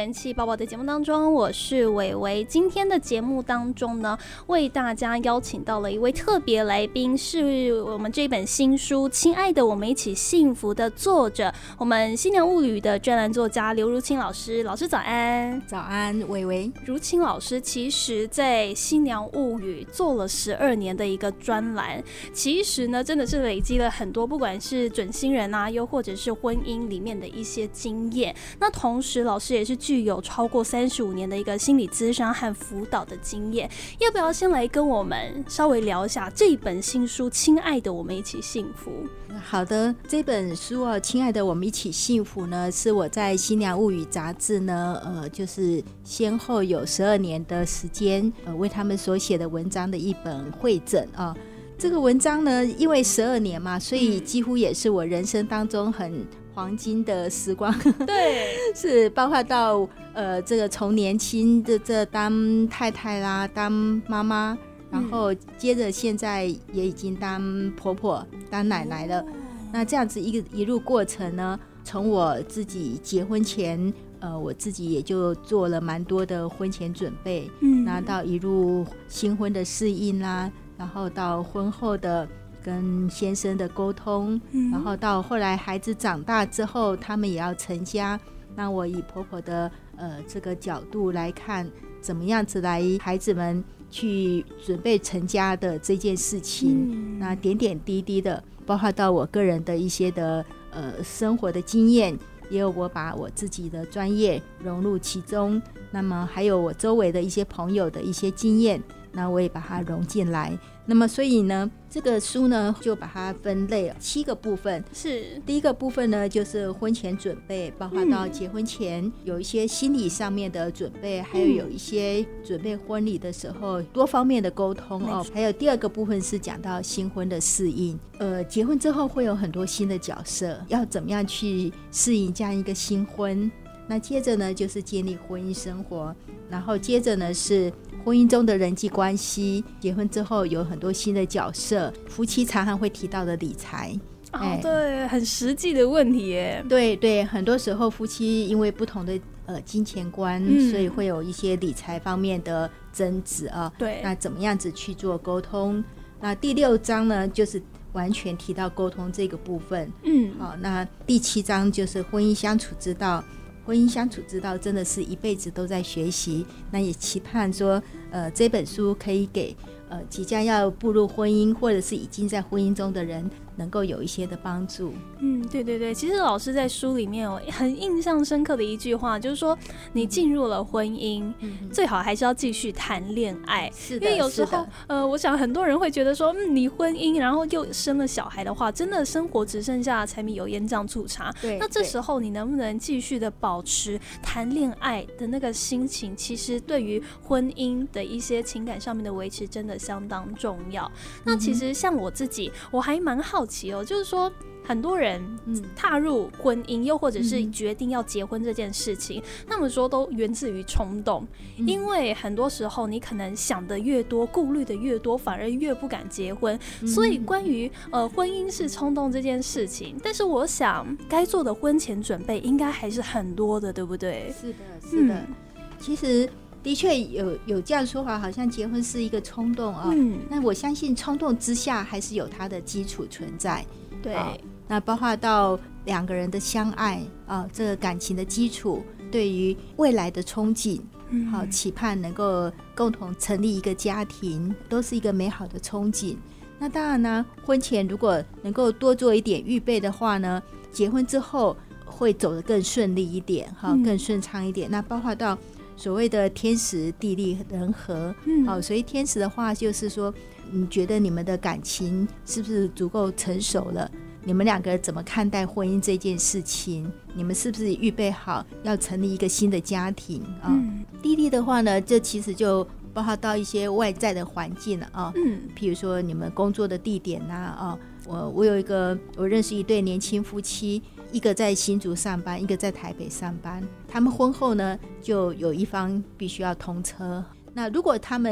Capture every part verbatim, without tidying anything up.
元气宝宝的节目当中，我是伟伟。今天的节目当中呢，为大家邀请到了一位特别来宾，是我们这本新书《亲爱的我们一起幸福》的作者，我们新娘物语的专栏作家刘如清老师。老师早安。 早安，伟伟。 如清老师其实在新娘物语做了十二年的一个专栏，其实呢真的是累积了很多，不管是准新人啊，又或者是婚姻里面的一些经验。那同时老师也是具有超过三十五年的一个心理咨商和辅导的经验。要不要先来跟我们稍微聊一下这本新书《亲爱的我们一起幸福》？ 好的，这本书啊，《亲爱的我们一起幸福》呢，是我在新娘物语杂志呢，呃，就是先后有十二年的时间，呃，为他们所写的文章的一本汇整啊。这个文章呢，因为十二年嘛，所以几乎也是我人生当中很黄金的时光。 对， 是包括到呃，这个从年轻的这当太太啦，当妈妈。然后接着现在也已经当婆婆当奶奶了、哦、那这样子一个一路过程呢，从我自己结婚前呃，我自己也就做了蛮多的婚前准备，嗯，那到一路新婚的适应啦，然后到婚后的跟先生的沟通、嗯、然后到后来孩子长大之后他们也要成家，那我以婆婆的呃这个角度来看怎么样子来孩子们去准备成家的这件事情、嗯、那点点滴滴的包括到我个人的一些的呃生活的经验，也有我把我自己的专业融入其中，那么还有我周围的一些朋友的一些经验，那我也把它融进来。那么所以呢，这个书呢就把它分类了七个部分。是第一个部分呢，就是婚前准备，包括到结婚前、嗯、有一些心理上面的准备，还有有一些准备婚礼的时候多方面的沟通哦。还有第二个部分是讲到新婚的适应，呃，结婚之后会有很多新的角色，要怎么样去适应这样一个新婚。那接着呢就是建立婚姻生活，然后接着呢是婚姻中的人际关系，结婚之后有很多新的角色，夫妻常常会提到的理财哦、哎，对，很实际的问题耶。 对对，很多时候夫妻因为不同的呃金钱观、嗯、所以会有一些理财方面的争执啊。对，那怎么样子去做沟通？那第六章呢就是完全提到沟通这个部分。嗯，好，那第七章就是婚姻相处之道。婚姻相处之道真的是一辈子都在学习，那也期盼说呃，这本书可以给呃即将要步入婚姻或者是已经在婚姻中的人能够有一些的帮助。 嗯，对对对，其实老师在书里面有很印象深刻的一句话，就是说你进入了婚姻、嗯、最好还是要继续谈恋爱。是的，因为有时候呃，我想很多人会觉得说嗯，你婚姻然后又生了小孩的话，真的生活只剩下柴米油盐酱醋茶。对，那这时候你能不能继续的保持谈恋爱的那个心情，其实对于婚姻的一些情感上面的维持真的相当重要、嗯、那其实像我自己我还蛮好奇哦，就是说很多人踏入婚姻、嗯、又或者是决定要结婚这件事情、嗯、他们说都源自于冲动、嗯、因为很多时候你可能想的越多顾虑的越多，反而越不敢结婚、嗯、所以关于呃婚姻是冲动这件事情，但是我想该做的婚前准备应该还是很多的，对不对？ 是的是的、嗯、其实的确有有这样说法，好像结婚是一个冲动啊、哦嗯。那我相信冲动之下还是有它的基础存在。对、哦，那包括到两个人的相爱啊、哦，这个感情的基础，对于未来的憧憬，好、嗯、期盼能够共同成立一个家庭，都是一个美好的憧憬。那当然呢，婚前如果能够多做一点预备的话呢，结婚之后会走得更顺利一点，哈、嗯，更顺畅一点。那包括到所谓的天时地利人和，嗯，好，所以天时的话就是说，你觉得你们的感情是不是足够成熟了？你们两个怎么看待婚姻这件事情？你们是不是预备好要成立一个新的家庭啊？嗯、地利的话呢，这其实就包括到一些外在的环境了啊，嗯，譬如说你们工作的地点啊，啊，我我有一个我认识一对年轻夫妻。一个在新竹上班，一个在台北上班，他们婚后呢就有一方必须要通车，那如果他们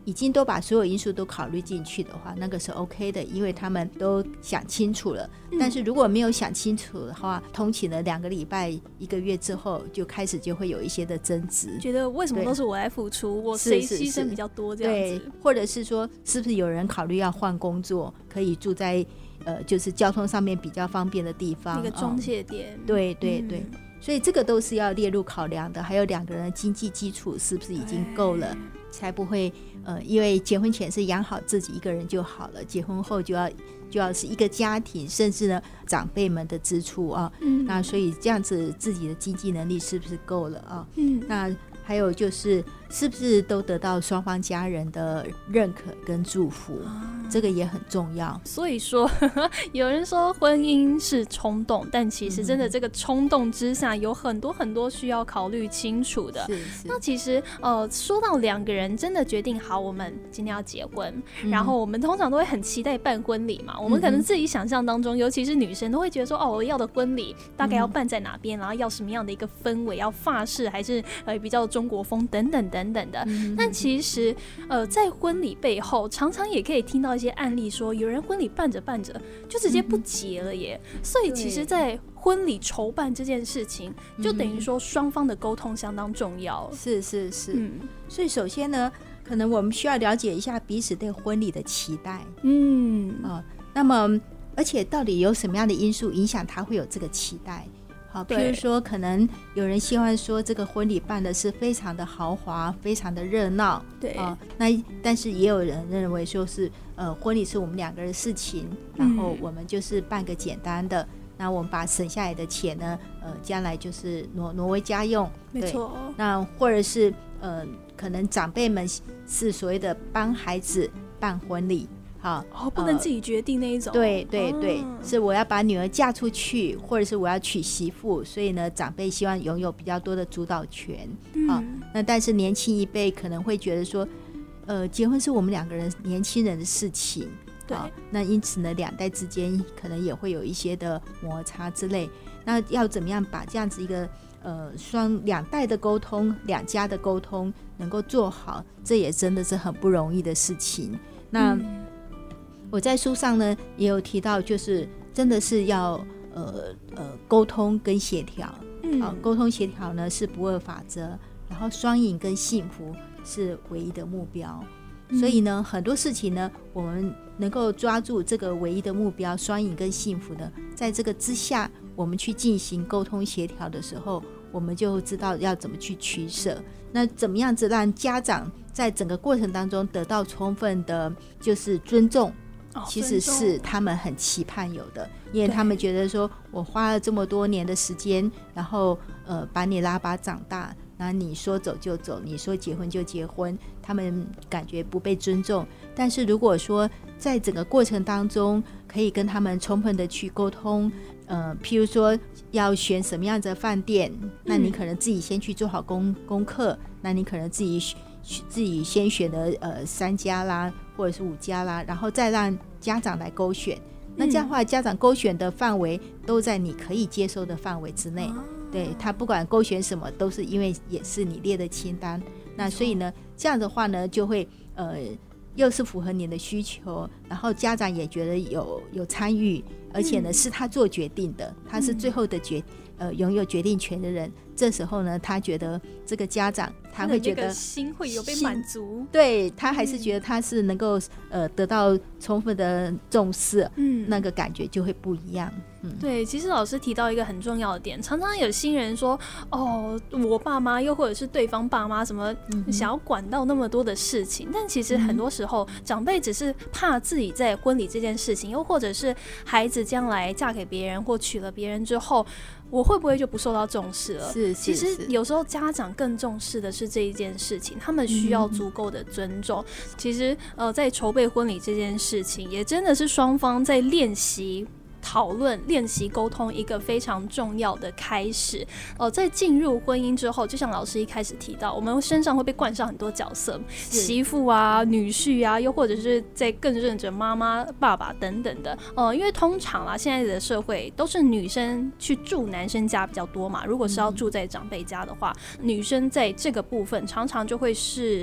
已经都把所有因素都考虑进去的话，那个是 OK 的，因为他们都想清楚了、嗯、但是如果没有想清楚的话，通勤了两个礼拜一个月之后就开始就会有一些的争执， 觉得为什么都是我来付出，我谁牺牲比较多这样子， 对，或者是说是不是有人考虑要换工作，可以住在呃，就是交通上面比较方便的地方， 那个中介点、哦、 对对对、嗯，所以这个都是要列入考量的，还有两个人的经济基础是不是已经够了，才不会呃，因为结婚前是养好自己一个人就好了，结婚后就要就要是一个家庭，甚至呢长辈们的支出啊、嗯，那所以这样子自己的经济能力是不是够了啊？嗯，那还有就是是不是都得到双方家人的认可跟祝福、啊、这个也很重要。 所以说呵呵有人说婚姻是冲动，但其实真的这个冲动之下有很多很多需要考虑清楚的。 是是， 那其实呃，说到两个人真的决定好我们今天要结婚、嗯、然后我们通常都会很期待办婚礼嘛，我们可能自己想象当中、嗯、尤其是女生都会觉得说哦，我要的婚礼大概要办在哪边、嗯、然后要什么样的一个氛围，要法式还是呃比较中国风等等等等的、嗯、但其实呃在婚礼背后常常也可以听到一些案例，说有人婚礼办着办着就直接不结了耶、嗯、所以其实在婚礼筹办这件事情就等于说双方的沟通相当重要。 是是是、嗯、所以首先呢可能我们需要了解一下彼此对婚礼的期待，嗯、哦、那么而且到底有什么样的因素影响他会有这个期待。好，譬如说可能有人希望说这个婚礼办的是非常的豪华非常的热闹，对、哦、那但是也有人认为说是呃婚礼是我们两个人的事情，然后我们就是办个简单的、嗯、那我们把省下来的钱呢呃将来就是挪挪为家用， 没错。 那或者是呃可能长辈们是所谓的帮孩子办婚礼，好、 哦、不能自己决定那一种、 呃、对对对、哦、是我要把女儿嫁出去，或者是我要娶媳妇，所以呢长辈希望拥有比较多的主导权、嗯啊、那但是年轻一辈可能会觉得说呃，结婚是我们两个人年轻人的事情，对、啊、那因此呢两代之间可能也会有一些的摩擦之类，那要怎么样把这样子一个呃双两代的沟通两家的沟通能够做好，这也真的是很不容易的事情。那、嗯我在书上呢也有提到，就是真的是要呃呃沟通跟协调，嗯，啊，沟通协调呢是不二法则，然后双赢跟幸福是唯一的目标、嗯、所以呢很多事情呢我们能够抓住这个唯一的目标双赢跟幸福的，在这个之下我们去进行沟通协调的时候，我们就知道要怎么去取舍，那怎么样子让家长在整个过程当中得到充分的就是尊重，其实是他们很期盼有的，因为他们觉得说我花了这么多年的时间，然后呃把你拉拔长大，那你说走就走，你说结婚就结婚，他们感觉不被尊重。但是如果说在整个过程当中可以跟他们充分的去沟通，呃，譬如说要选什么样的饭店，那你可能自己先去做好 功, 功课，那你可能自己自己先选的呃三家啦或者是五家啦，然后再让家长来勾选，那这样的话、嗯、家长勾选的范围都在你可以接受的范围之内、哦、对，他不管勾选什么都是因为也是你列的清单，那所以呢这样的话呢就会呃又是符合你的需求，然后家长也觉得有有参与，而且呢、嗯、是他做决定的，他是最后的决、嗯、呃拥有决定权的人，这时候呢他觉得这个家长他会觉得心会有被满足， 对，他还是觉得他是能够、嗯、呃得到充分的重视，嗯，那个感觉就会不一样。嗯， 对，其实老师提到一个很重要的点，常常有新人说哦我爸妈又或者是对方爸妈什么、嗯、想要管到那么多的事情，但其实很多时候、嗯、长辈只是怕自己在婚礼这件事情，又或者是孩子将来嫁给别人或娶了别人之后我会不会就不受到重视了， 是是是， 其实有时候家长更重视的是这一件事情，他们需要足够的尊重、嗯、其实呃，在筹备婚礼这件事情也真的是双方在练习讨论练习沟通一个非常重要的开始、呃、在进入婚姻之后，就像老师一开始提到，我们身上会被冠上很多角色，媳妇啊女婿啊，又或者是在更认着妈妈爸爸等等的、呃、因为通常啦现在的社会都是女生去住男生家比较多嘛，如果是要住在长辈家的话、嗯、女生在这个部分常常就会是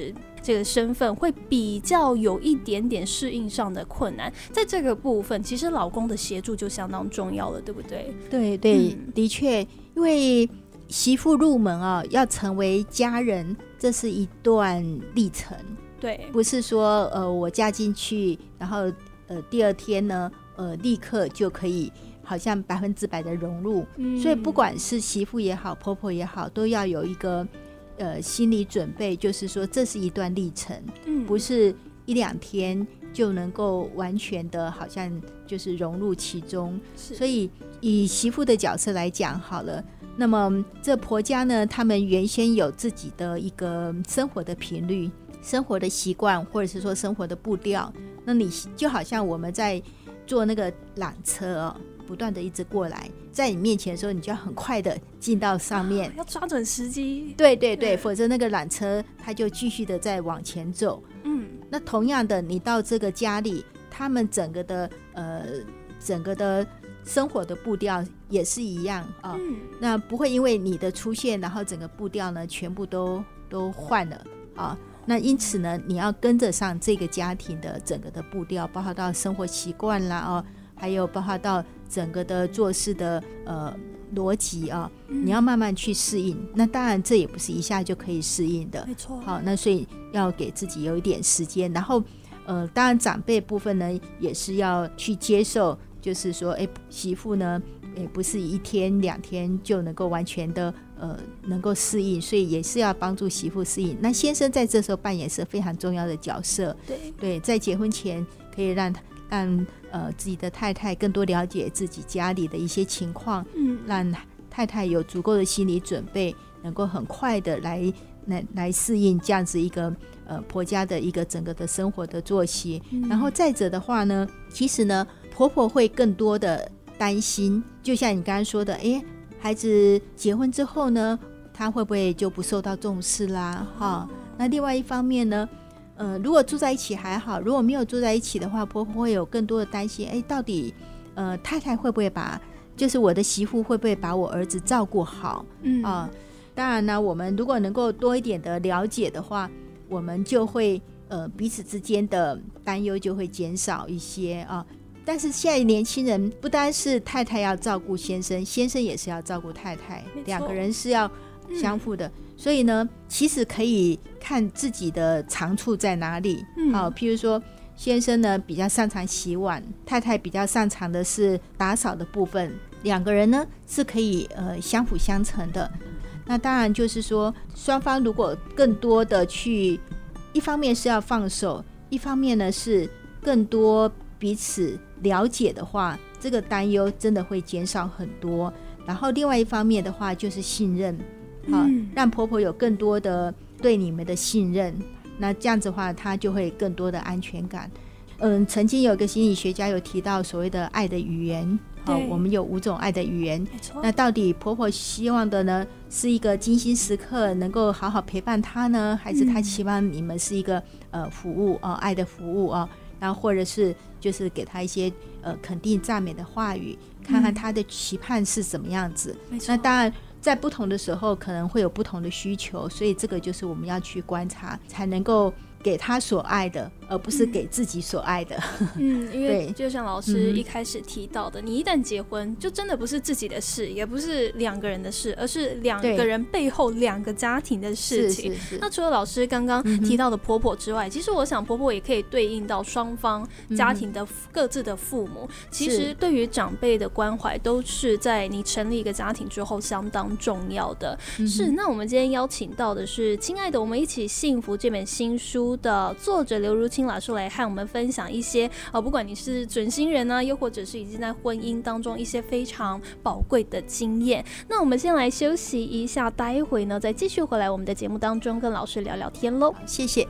这个身份会比较有一点点适应上的困难，在这个部分其实老公的协助就相当重要了，对不对？ 对对、嗯、的确，因为媳妇入门啊，要成为家人，这是一段历程。 对， 不是说呃我嫁进去，然后呃第二天呢，呃立刻就可以好像百分之百的融入、嗯。所以不管是媳妇也好，婆婆也好，都要有一个呃心理准备，就是说这是一段历程，嗯，不是一两天就能够完全的好像就是融入其中。所以以媳妇的角色来讲好了，那么这婆家呢，他们原先有自己的一个生活的频率、生活的习惯，或者是说生活的步调。那你就好像我们在坐那个缆车哦，不断的一直过来，在你面前的时候，你就要很快的进到上面、啊、 要抓准时机。 对对对，否则那个缆车它就继续的在往前走。嗯，那同样的，你到这个家里，他们整个的呃整个的生活的步调也是一样啊、嗯，那不会因为你的出现，然后整个步调呢全部都都换了啊。那因此呢，你要跟得上这个家庭的整个的步调，包括到生活习惯啦哦，还有包括到整个的做事的呃逻辑啊、嗯，你要慢慢去适应。那当然这也不是一下就可以适应的， 没错。 好，那所以要给自己有一点时间，然后呃，当然长辈部分呢也是要去接受。就是说哎，媳妇呢也不是一天两天就能够完全的呃能够适应，所以也是要帮助媳妇适应。那先生在这时候扮演是非常重要的角色。 对对，在结婚前可以让让呃自己的太太更多了解自己家里的一些情况，嗯，让太太有足够的心理准备，能够很快的来来来适应这样子一个呃婆家的一个整个的生活的作息、嗯、然后再者的话呢，其实呢婆婆会更多的担心，就像你刚刚说的，哎，孩子结婚之后呢，他会不会就不受到重视啦、哦、那另外一方面呢呃，如果住在一起还好，如果没有住在一起的话，婆婆会有更多的担心，哎，到底呃太太会不会把就是我的媳妇会不会把我儿子照顾好，嗯啊、呃，当然呢，我们如果能够多一点的了解的话，我们就会呃彼此之间的担忧就会减少一些啊。但是现在年轻人不单是太太要照顾先生，先生也是要照顾太太，两个人是要相互的、嗯、所以呢其实可以看自己的长处在哪里、嗯啊、譬如说先生呢比较擅长洗碗，太太比较擅长的是打扫的部分，两个人呢是可以呃相辅相成的。那当然就是说双方如果更多的去，一方面是要放手，一方面呢是更多彼此了解的话，这个担忧真的会减少很多。然后另外一方面的话就是信任、啊嗯、让婆婆有更多的对你们的信任，那这样子的话她就会更多的安全感。嗯，曾经有个心理学家有提到所谓的爱的语言，好，我们有五种爱的语言。那到底婆婆希望的呢是一个精心时刻能够好好陪伴她呢，还是她希望你们是一个、嗯、呃服务啊、呃、爱的服务啊，然后或者是就是给她一些呃肯定赞美的话语，看看她的期盼是什么样子、嗯、那当然在不同的时候可能会有不同的需求，所以这个就是我们要去观察，才能够给他所爱的，而不是给自己所爱的。 嗯，因为就像老师一开始提到的、嗯、你一旦结婚就真的不是自己的事，也不是两个人的事，而是两个人背后两个家庭的事情。是是是。那除了老师刚刚提到的婆婆之外、嗯、其实我想婆婆也可以对应到双方家庭的各自的父母、嗯、其实对于长辈的关怀都是在你成立一个家庭之后相当重要的、嗯、是。那我们今天邀请到的是亲爱的我们一起幸福这本新书的作者刘如清老师来和我们分享一些、呃、不管你是准新人呢、啊，又或者是已经在婚姻当中一些非常宝贵的经验。那我们先来休息一下，待会呢再继续回来我们的节目当中跟老师聊聊天咯。 谢谢。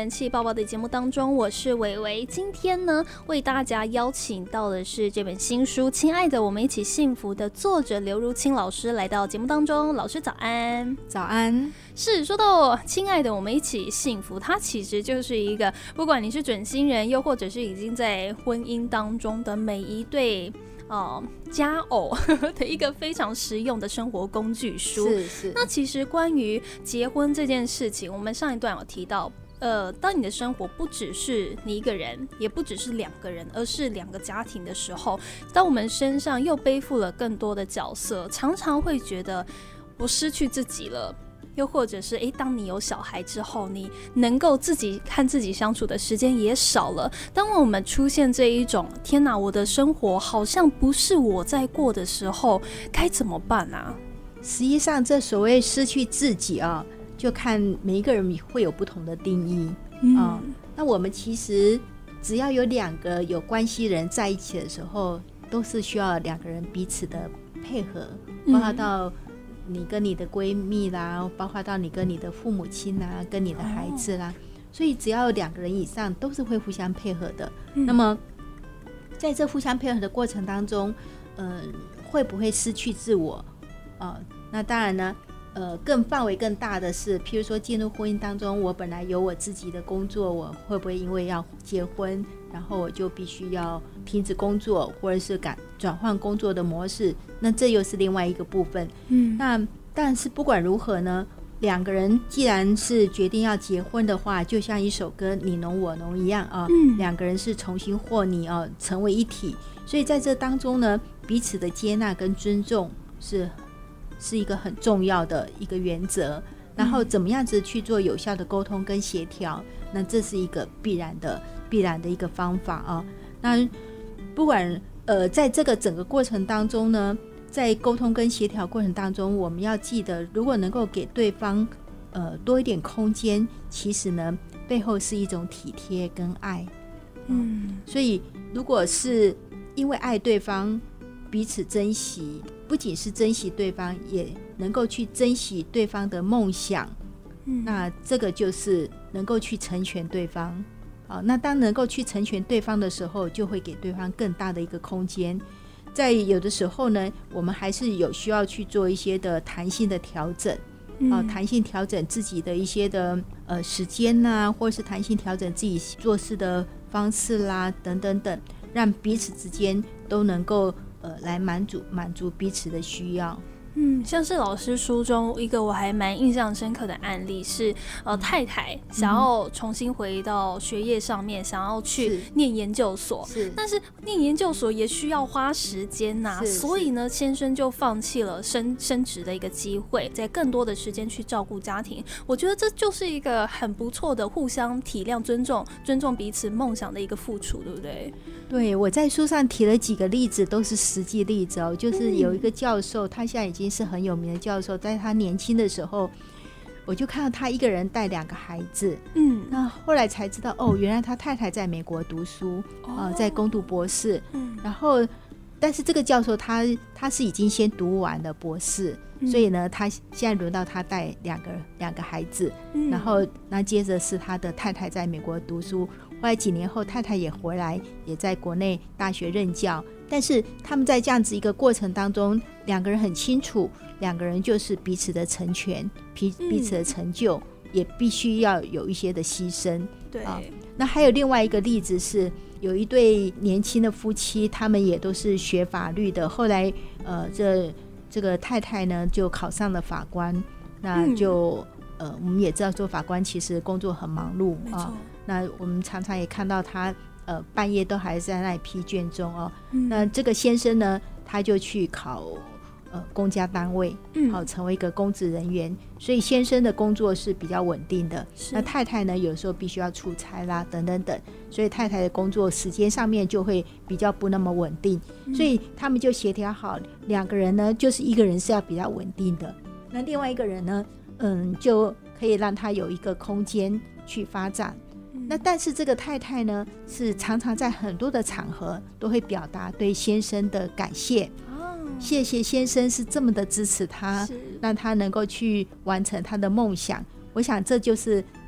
人气爆爆的节目当中，我是伟伟。今天呢，为大家邀请到的是这本新书《亲爱的，我们一起幸福》的作者刘如清老师来到节目当中。老师早安。 早安。 是，说到亲爱的，我们一起幸福，它其实就是一个，不管你是准新人，又或者是已经在婚姻当中的每一对呃，佳偶的一个非常实用的生活工具书。 是是。 那其实关于结婚这件事情，我们上一段有提到，呃，当你的生活不只是你一个人，也不只是两个人，而是两个家庭的时候，当我们身上又背负了更多的角色，常常会觉得我失去自己了。又或者是，哎，当你有小孩之后，你能够自己和自己相处的时间也少了。当我们出现这一种“天哪，我的生活好像不是我在过”的时候，该怎么办啊？ 实际上，这所谓失去自己啊，就看每一个人会有不同的定义、嗯啊、那我们其实只要有两个有关系人在一起的时候，都是需要两个人彼此的配合，包括到你跟你的闺蜜啦，包括到你跟你的父母亲啦，跟你的孩子啦、哦、所以只要有两个人以上都是会互相配合的、嗯、那么在这互相配合的过程当中、呃、会不会失去自我、呃、那当然呢呃，更范围更大的是，譬如说进入婚姻当中，我本来有我自己的工作，我会不会因为要结婚，然后我就必须要停止工作，或者是改转换工作的模式？那这又是另外一个部分。嗯，那但是不管如何呢，两个人既然是决定要结婚的话，就像一首歌你侬我侬一样啊，嗯、两个人是重新和你啊成为一体，所以在这当中呢，彼此的接纳跟尊重是。是一个很重要的一个原则，然后怎么样子去做有效的沟通跟协调，那这是一个必然的必然的一个方法啊。那不管呃在这个整个过程当中呢，在沟通跟协调过程当中，我们要记得，如果能够给对方呃多一点空间，其实呢背后是一种体贴跟爱。嗯，所以如果是因为爱对方，彼此珍惜，不仅是珍惜对方，也能够去珍惜对方的梦想、嗯、那这个就是能够去成全对方、啊、那当能够去成全对方的时候，就会给对方更大的一个空间。在有的时候呢，我们还是有需要去做一些的弹性的调整、嗯啊、弹性调整自己的一些的呃时间啦，或是弹性调整自己做事的方式啦，等等等，让彼此之间都能够呃，来满足满足彼此的需要。 嗯，像是老师书中一个我还蛮印象深刻的案例是，呃，太太想要重新回到学业上面，嗯、想要去念研究所，是，但是念研究所也需要花时间呐、啊，所以呢，先生就放弃了升升职的一个机会，在更多的时间去照顾家庭。我觉得这就是一个很不错的互相体谅、尊重、尊重彼此梦想的一个付出，对不对？ 对，我在书上提了几个例子，都是实际例子哦。就是有一个教授，他现在已经是很有名的教授，在他年轻的时候，我就看到他一个人带两个孩子。嗯，那后来才知道，哦，原来他太太在美国读书，哦、呃，在攻读博士。嗯，然后，但是这个教授他他是已经先读完了博士，嗯、所以呢，他现在轮到他带两个两个孩子，嗯、然后那接着是他的太太在美国读书。后来几年后，太太也回来，也在国内大学任教。但是他们在这样子一个过程当中，两个人很清楚，两个人就是彼此的成全，彼彼此的成就、嗯、也必须要有一些的牺牲。 对、啊、 那还有另外一个例子是，有一对年轻的夫妻，他们也都是学法律的。后来呃，这这个太太呢就考上了法官，那就、嗯、呃，我们也知道做法官其实工作很忙碌啊。那我们常常也看到他呃半夜都还在那里批卷中哦、嗯。那这个先生呢，他就去考呃公家单位，嗯，好、成为一个公职人员，所以先生的工作是比较稳定的。那太太呢，有时候必须要出差啦，等等等，所以太太的工作时间上面就会比较不那么稳定，嗯、所以他们就协调好，两个人呢，就是一个人是要比较稳定的，那另外一个人呢，嗯，就可以让他有一个空间去发展。那但是这个太太呢，是常常在很多的场合都会表达对先生的感谢、哦、谢谢先生是这么的支持他，让他能够去完成他的梦想。我想这就是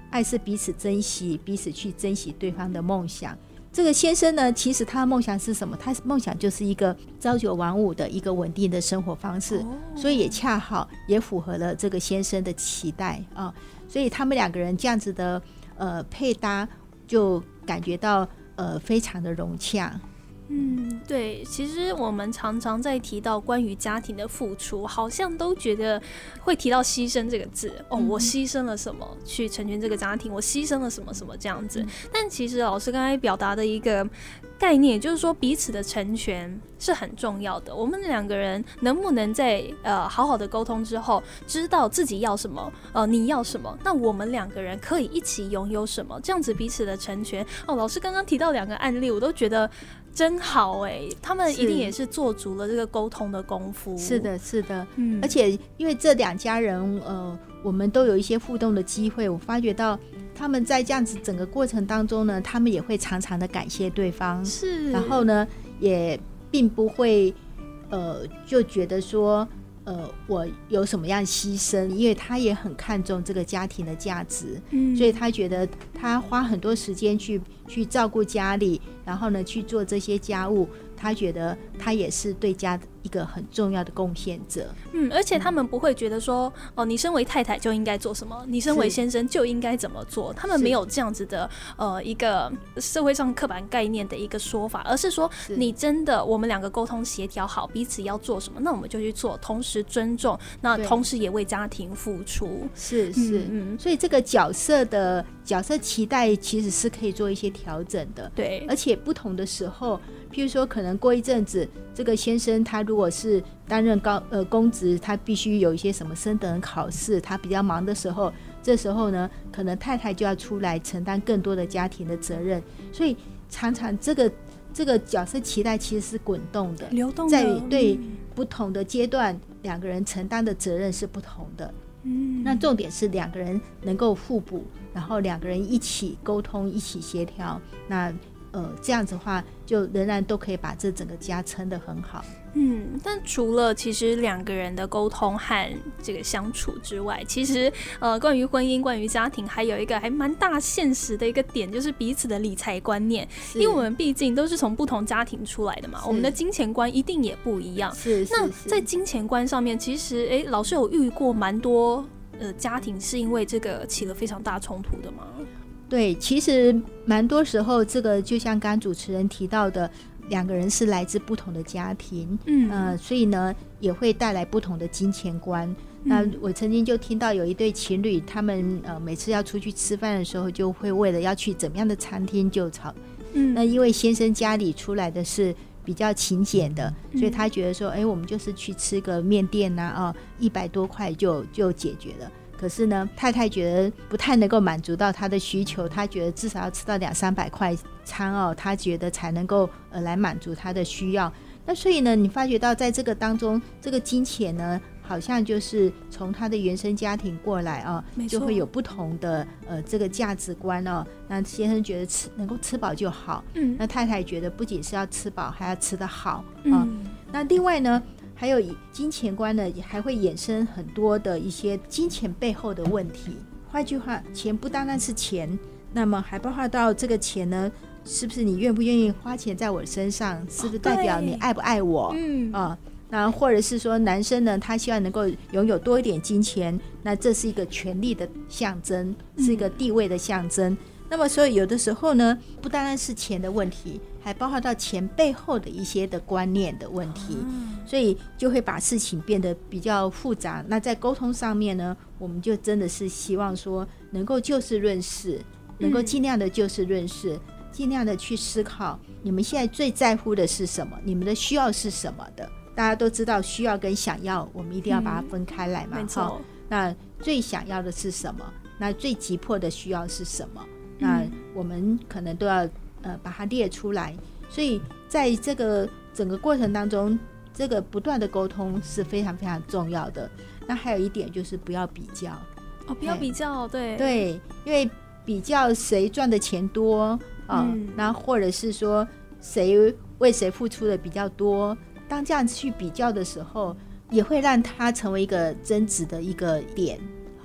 爱是彼此珍惜，彼此去珍惜对方的梦想。这个先生呢，其实他的梦想是什么？他梦想就是一个朝九晚五的一个稳定的生活方式，哦、所以也恰好也符合了这个先生的期待啊。所以他们两个人这样子的呃配搭，就感觉到呃非常的融洽。 嗯，对，其实我们常常在提到关于家庭的付出，好像都觉得会提到牺牲这个字哦，我牺牲了什么去成全这个家庭，我牺牲了什么什么这样子。但其实老师刚才表达的一个概念，就是说彼此的成全是很重要的。我们两个人能不能在呃好好的沟通之后，知道自己要什么，呃你要什么，那我们两个人可以一起拥有什么，这样子彼此的成全。哦，老师刚刚提到两个案例，我都觉得真好哎、欸，他们一定也是做足了这个沟通的功夫。 是的，是的，嗯，而且因为这两家人，呃，我们都有一些互动的机会，我发觉到他们在这样子整个过程当中呢，他们也会常常的感谢对方， 是， 然后呢，也并不会，呃，就觉得说，呃，我有什么样牺牲，因为他也很看重这个家庭的价值，嗯，所以他觉得他花很多时间去去照顾家里，然后呢去做这些家务，他觉得他也是对家一个很重要的贡献者。 嗯，而且他们不会觉得说，哦，你身为太太就应该做什么，你身为先生就应该怎么做，他们没有这样子的呃一个社会上刻板概念的一个说法，而是说你真的我们两个沟通协调好彼此要做什么，那我们就去做，同时尊重，那同时也为家庭付出。 是是、嗯嗯，所以这个角色的角色期待其实是可以做一些调整的。 对， 而且不同的时候，譬如说可能过一阵子这个先生他如果是担任高呃公职，他必须有一些什么升等考试，他比较忙的时候，这时候呢可能太太就要出来承担更多的家庭的责任，所以常常这个这个角色期待其实是滚动的， 流动的， 在对不同的阶段两个人承担的责任是不同的。嗯，那重点是两个人能够互补，然后两个人一起沟通一起协调，那呃，这样子的话就仍然都可以把这整个家撑得很好。 嗯，但除了其实两个人的沟通和这个相处之外，其实呃，关于婚姻关于家庭还有一个还蛮大现实的一个点，就是彼此的理财观念。因为我们毕竟都是从不同家庭出来的嘛，我们的金钱观一定也不一样。 是是是， 那在金钱观上面，其实哎，老师有遇过蛮多呃家庭是因为这个起了非常大冲突的吗？ 对，其实蛮多时候这个就像刚刚主持人提到的，两个人是来自不同的家庭，嗯，呃，所以呢也会带来不同的金钱观。嗯、那我曾经就听到有一对情侣，他们呃每次要出去吃饭的时候，就会为了要去怎么样的餐厅就吵。嗯，那因为先生家里出来的是比较勤俭的，所以他觉得说，哎、欸，我们就是去吃个面店呐、啊，哦，一百多块就就解决了。可是呢，太太觉得不太能够满足到他的需求，他觉得至少要吃到两三百块餐哦，他觉得才能够呃来满足他的需要。那所以呢，你发觉到在这个当中，这个金钱呢，好像就是从他的原生家庭过来啊，就会有不同的呃这个价值观哦。那先生觉得吃能够吃饱就好，嗯，那太太觉得不仅是要吃饱，还要吃得好啊。嗯、那另外呢，还有金钱观呢，也还会衍生很多的一些金钱背后的问题。换句话，钱不单单是钱，那么还包括到这个钱呢，是不是你愿不愿意花钱在我身上？是不是代表你爱不爱我？嗯啊，那或者是说男生呢，他希望能够拥有多一点金钱，那这是一个权力的象征，是一个地位的象征。嗯，那么所以有的时候呢，不单单是钱的问题，还包括到钱背后的一些的观念的问题，所以就会把事情变得比较复杂。那在沟通上面呢，我们就真的是希望说能够就事论事，能够尽量的就事论事，尽量的去思考你们现在最在乎的是什么，你们的需要是什么的。大家都知道需要跟想要我们一定要把它分开来嘛， 嗯，没错。 那最想要的是什么，那最急迫的需要是什么，那我们可能都要呃把它列出来。所以在这个整个过程当中，这个不断的沟通是非常非常重要的。那还有一点就是不要比较哦，不要比较，对对，因为比较谁赚的钱多啊，嗯，那或者是说谁为谁付出的比较多，当这样去比较的时候，也会让它成为一个争执的一个点。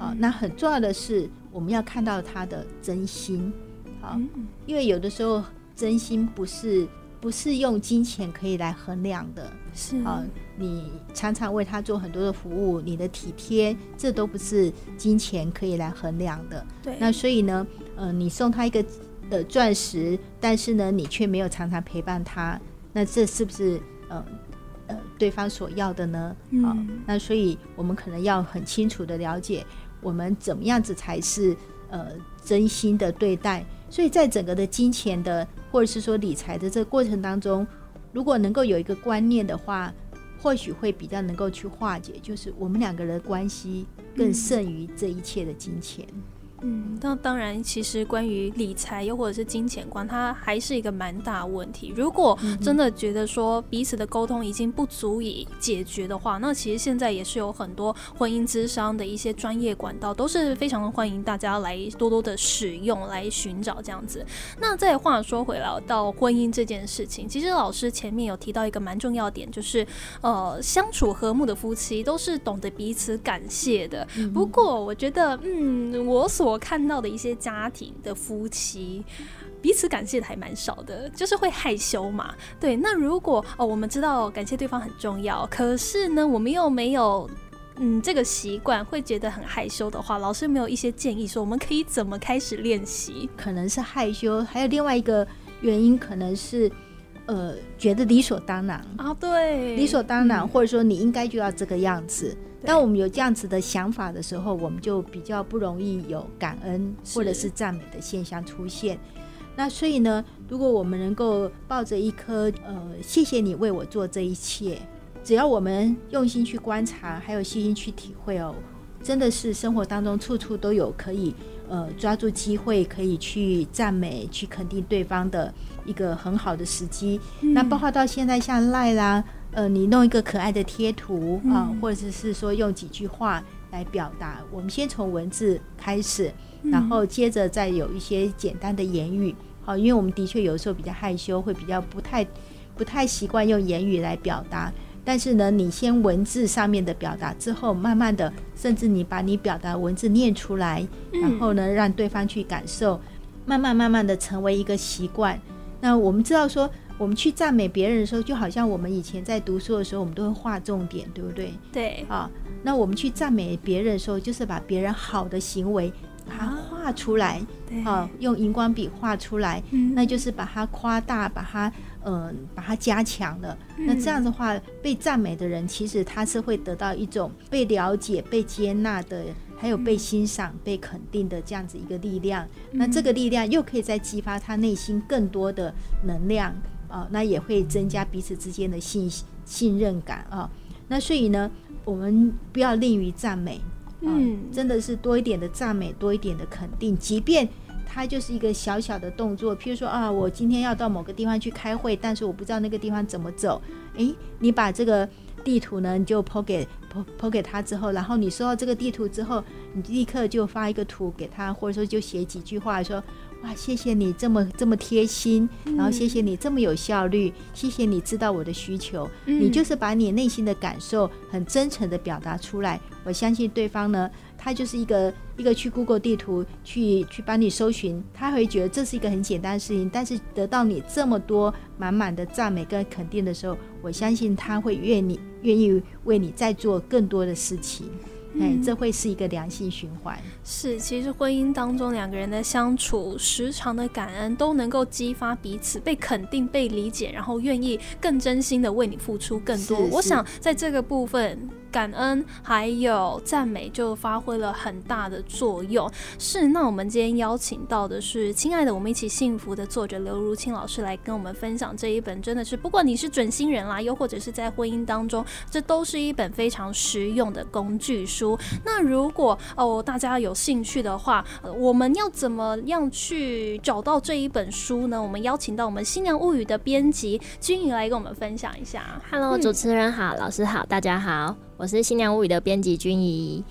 好，那很重要的是我们要看到他的真心。好，因为有的时候真心不是不是用金钱可以来衡量的。 是啊，你常常为他做很多的服务，你的体贴，这都不是金钱可以来衡量的。 对， 那所以呢，呃，你送他一个呃钻石，但是呢，你却没有常常陪伴他，那这是不是呃呃对方所要的呢？嗯、啊，那所以我们可能要很清楚的了解，我们怎么样子才是呃真心的对待。所以在整个的金钱的或者是说理财的这个过程当中，如果能够有一个观念的话，或许会比较能够去化解，就是我们两个人的关系更胜于这一切的金钱。 嗯，那当然其实关于理财又或者是金钱观，它还是一个蛮大的问题。如果真的觉得说彼此的沟通已经不足以解决的话，那其实现在也是有很多婚姻咨商的一些专业管道，都是非常欢迎大家来多多的使用，来寻找这样子。那再话说回来到婚姻这件事情，其实老师前面有提到一个蛮重要的点，就是呃相处和睦的夫妻都是懂得彼此感谢的。嗯、不过我觉得嗯我所我看到的一些家庭的夫妻彼此感谢的还蛮少的，就是会害羞嘛。对，那如果、哦、我们知道感谢对方很重要，可是呢我们又没有嗯这个习惯，会觉得很害羞的话，老师有没有一些建议说我们可以怎么开始练习？ 可能是害羞，还有另外一个原因可能是呃觉得理所当然啊，对， 理所当然、嗯、或者说你应该就要这个样子。当我们有这样子的想法的时候，我们就比较不容易有感恩或者是赞美的现象出现。那所以呢，如果我们能够抱着一颗呃谢谢你为我做这一切，只要我们用心去观察，还有细心去体会哦，真的是生活当中处处都有可以呃抓住机会可以去赞美去肯定对方的一个很好的时机、嗯、那包括到现在像赖啦呃，你弄一个可爱的贴图啊、嗯，或者是说用几句话来表达。我们先从文字开始，然后接着再有一些简单的言语。好，因为我们的确有时候比较害羞，会比较不太不太习惯用言语来表达。但是呢，你先文字上面的表达之后，慢慢的，甚至你把你表达的文字念出来，然后呢，让对方去感受，慢慢慢慢的成为一个习惯。那我们知道说，我们去赞美别人的时候，就好像我们以前在读书的时候，我们都会画重点，对不对？ 对。 啊，那我们去赞美别人的时候，就是把别人好的行为把它画出来，啊，啊用荧光笔画出来、嗯，那就是把它夸大，把它呃把它加强了、嗯。那这样的话，被赞美的人其实他是会得到一种被了解、被接纳的。还有被欣赏、被肯定的这样子一个力量、嗯、那这个力量又可以再激发他内心更多的能量、呃、那也会增加彼此之间的 信, 信任感、呃、那所以呢我们不要吝于赞美、呃、嗯，真的是多一点的赞美，多一点的肯定，即便它就是一个小小的动作，譬如说啊，我今天要到某个地方去开会，但是我不知道那个地方怎么走，诶，你把这个地图呢你就 po 给 po, po 给他之后，然后你收到这个地图之后，你立刻就发一个图给他，或者说就写几句话说，哇，谢谢你这么这么贴心，然后谢谢你这么有效率、嗯、谢谢你知道我的需求、嗯、你就是把你内心的感受很真诚的表达出来，我相信对方呢，他就是一个一个去 Google 地图去去帮你搜寻，他会觉得这是一个很简单的事情，但是得到你这么多满满的赞美跟肯定的时候，我相信他会愿意愿意为你再做更多的事情。嗯、这会是一个良性循环。 是，其实婚姻当中两个人的相处，时常的感恩都能够激发彼此被肯定、被理解，然后愿意更真心的为你付出更多。我想在这个部分，感恩还有赞美就发挥了很大的作用。是，那我们今天邀请到的是亲爱的我们一起幸福的作者刘如清老师来跟我们分享这一本，真的是不管你是准新人啦，又或者是在婚姻当中，这都是一本非常实用的工具书。那如果、哦、大家有兴趣的话、呃、我们要怎么样去找到这一本书呢？我们邀请到我们新娘物语的编辑君怡来跟我们分享一下。 Hello、嗯、主持人好，老师好，大家好，我是新娘物语的编辑君怡。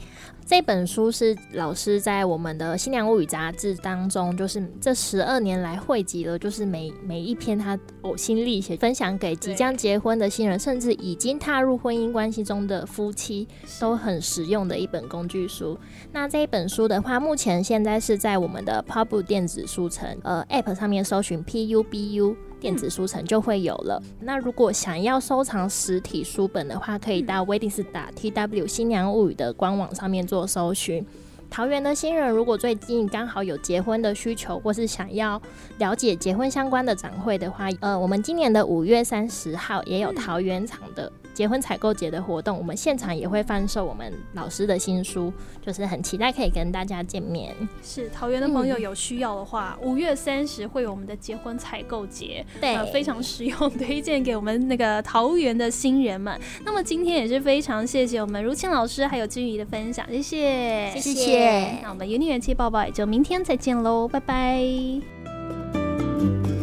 这本书是老师在我们的新娘物语杂志当中，就是这十二年来汇集了，就是每每一篇他呕心沥血分享给即将结婚的新人，甚至已经踏入婚姻关系中的夫妻都很实用的一本工具书。那这一本书的话，目前现在是在我们的 Pubbook 电子书城呃 App 上面搜寻 P U B U 电子书城就会有了。那如果想要收藏实体书本的话，可以到威丁斯打 T W 新娘物语的官网上面做搜寻。桃园的新人如果最近刚好有结婚的需求，或是想要了解结婚相关的展会的话，呃，我们今年的五月三十号也有桃园场的结婚采购节的活动，我们现场也会贩售我们老师的新书，就是很期待可以跟大家见面。 是桃园的朋友有需要的话，五、嗯、月三十会有我们的结婚采购节， 对、 呃，非常实用，推荐给我们那个桃园的新人们。那么今天也是非常谢谢我们如沁老师还有君怡的分享，谢谢， 谢谢。 那我们有你元气抱抱也就明天再见喽，拜拜。